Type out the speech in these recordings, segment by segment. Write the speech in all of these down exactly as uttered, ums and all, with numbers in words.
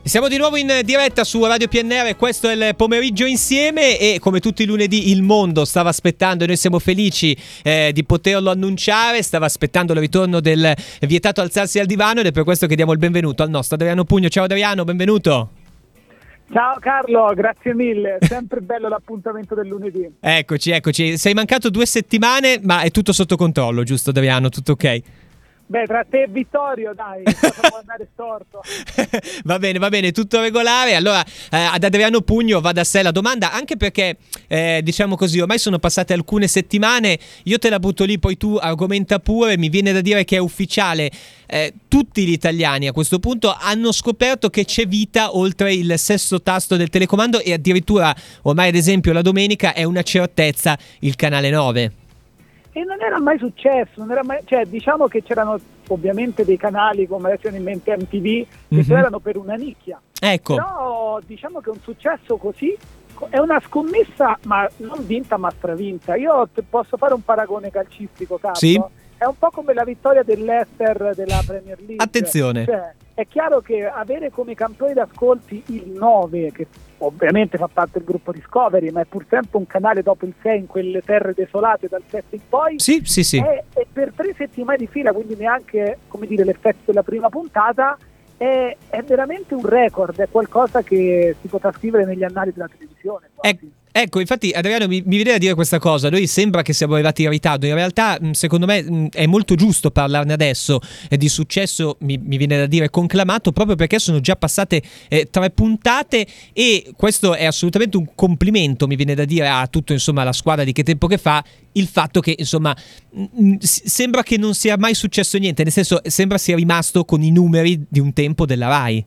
Siamo di nuovo in diretta su Radio P N R, questo è il pomeriggio insieme e come tutti i lunedì il mondo stava aspettando e noi siamo felici eh, di poterlo annunciare, stava aspettando il ritorno del vietato alzarsi al divano ed è per questo che diamo il benvenuto al nostro Adriano Pugno. Ciao Adriano, benvenuto. Ciao Carlo, grazie mille, sempre bello l'appuntamento del lunedì. Eccoci, eccoci, sei mancato due settimane ma è tutto sotto controllo, giusto Adriano? Tutto ok? Beh, tra te e Vittorio, dai, cosa può andare storto? Va bene, va bene, tutto regolare. Allora, eh, ad Adriano Pugno va da sé la domanda, anche perché, eh, diciamo così, ormai sono passate alcune settimane, io te la butto lì, poi tu argomenta pure, mi viene da dire che è ufficiale. Eh, tutti gli italiani a questo punto hanno scoperto che c'è vita oltre il sesto tasto del telecomando e addirittura, ormai ad esempio la domenica, è una certezza il canale nove. E non era mai successo, non era mai, cioè diciamo che c'erano ovviamente dei canali come adesso in mente M T V che Mm-hmm. c'erano per una nicchia, Ecco. però diciamo che un successo così è una scommessa ma non vinta ma stravinta. Io te posso fare un paragone calcistico, Carlo? Sì. È un po' come la vittoria dell'Leicester della Premier League. Attenzione. Cioè, è chiaro che avere come campione d'ascolti il nove, che ovviamente fa parte del gruppo Discovery, ma è pur sempre un canale dopo il sei in quelle terre desolate dal sette in poi, Sì, sì, sì. È, è per tre settimane di fila, quindi neanche, come dire, l'effetto della prima puntata, è, è veramente un record, è qualcosa che si potrà scrivere negli annali della televisione. Ec- Ecco, infatti Adriano mi, mi viene da dire questa cosa, noi sembra che siamo arrivati in ritardo, in realtà mh, secondo me mh, è molto giusto parlarne adesso eh, di successo, mi, mi viene da dire conclamato, proprio perché sono già passate eh, tre puntate e questo è assolutamente un complimento, mi viene da dire a tutto insomma la squadra di Che Tempo Che Fa, il fatto che insomma mh, sembra che non sia mai successo niente, nel senso sembra sia rimasto con i numeri di un tempo della Rai.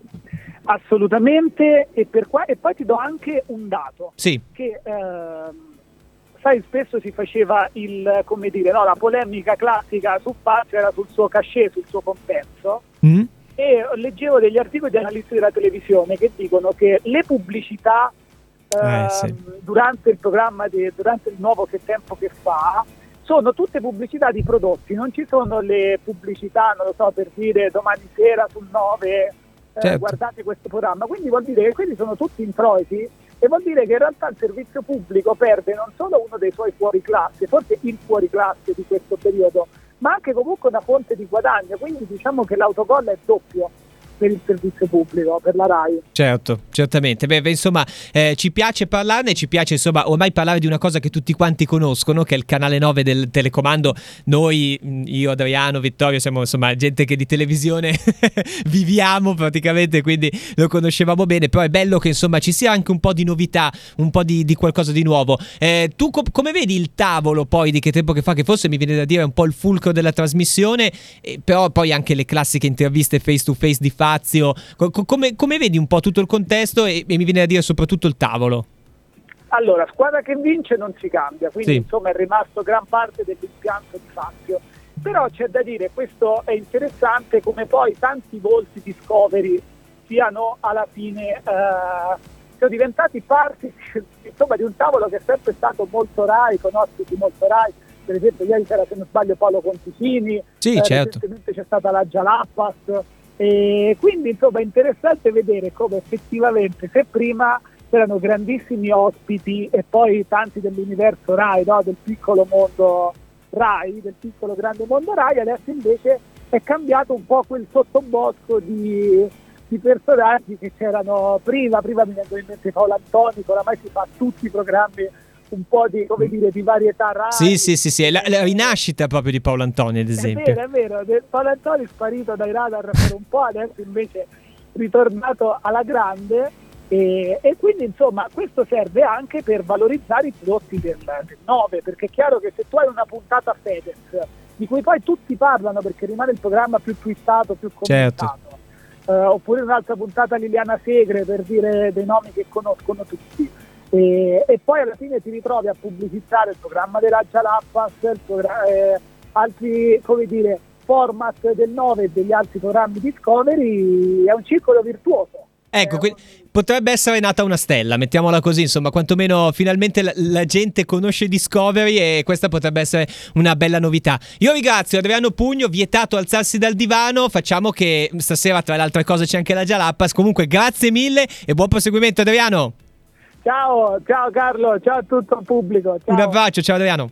Assolutamente, e, per qua, e poi ti do anche un dato, Sì. che ehm, sai, spesso si faceva il, come dire, no, la polemica classica su Fazio era sul suo cachet, sul suo compenso, Mm. e leggevo degli articoli di analisti della televisione che dicono che le pubblicità ehm, Eh, sì. durante il programma, di, durante il nuovo Che Tempo Che Fa, sono tutte pubblicità di prodotti, non ci sono le pubblicità, non lo so, per dire domani sera sul nove Eh, Certo. guardate questo programma, quindi vuol dire che quelli sono tutti introiti e vuol dire che in realtà il servizio pubblico perde non solo uno dei suoi fuoriclasse, forse il fuoriclasse di questo periodo, ma anche comunque una fonte di guadagno, quindi diciamo che l'autogol è doppio per il servizio pubblico, per la Rai. Certo, certamente. Beh, beh, insomma, eh, ci piace parlarne, ci piace insomma ormai parlare di una cosa che tutti quanti conoscono, che è il canale nove del telecomando. Noi, mh, io, Adriano, Vittorio, siamo insomma gente che di televisione viviamo praticamente, quindi lo conoscevamo bene, però è bello che insomma ci sia anche un po' di novità, un po' di, di qualcosa di nuovo. Eh, tu co- come vedi il tavolo poi di Che Tempo Che Fa, che forse mi viene da dire un po' il fulcro della trasmissione, eh, però poi anche le classiche interviste face to face di Fazio, Co- co- come, come vedi un po' tutto il contesto e, e mi viene da dire soprattutto il tavolo? Allora, squadra che vince non si cambia, quindi Sì. insomma è rimasto gran parte dell'impianto di Fazio, però c'è da dire, questo è interessante, come poi tanti volti Discovery siano alla fine eh, sono diventati parte insomma di un tavolo che è sempre stato molto Rai, con ospiti molto Rai. Per esempio ieri c'era, se non sbaglio, Paolo Conticini, Sì, eh, certo. recentemente c'è stata la Jalappas, e quindi insomma è interessante vedere come effettivamente, se prima c'erano grandissimi ospiti e poi tanti dell'universo Rai, no? Del piccolo mondo Rai, del piccolo grande mondo Rai, adesso invece è cambiato un po' quel sottobosco di, di personaggi che c'erano prima, prima mi vengono in mente Paolo Antonico, oramai si fa tutti i programmi un po' di, come dire, di varietà Rai. Sì, sì, sì, sì, è la, la rinascita proprio di Paolo Antonio, ad esempio. È vero, è vero, Paolo Antonio è sparito dai radar per un po', adesso invece è ritornato alla grande e, e quindi insomma questo serve anche per valorizzare i prodotti del, del nove, perché è chiaro che se tu hai una puntata Fedez, di cui poi tutti parlano perché rimane il programma più twistato, più commentato, certo. eh, oppure un'altra puntata Liliana Segre, per dire dei nomi che conoscono tutti, E, e poi alla fine ti ritrovi a pubblicizzare il programma della Jalappas, il programma, eh, altri, come dire, format del nove e degli altri programmi Discovery, è un circolo virtuoso. Ecco, Eh, qui- potrebbe essere nata una stella, mettiamola così, insomma, quantomeno finalmente la, la gente conosce Discovery e questa potrebbe essere una bella novità. Io ringrazio Adriano Pugno, vietato alzarsi dal divano, facciamo che stasera tra le altre cose c'è anche la Jalapas, comunque grazie mille e buon proseguimento Adriano. Ciao, ciao Carlo, ciao a tutto il pubblico. Ciao. Un abbraccio, ciao Adriano.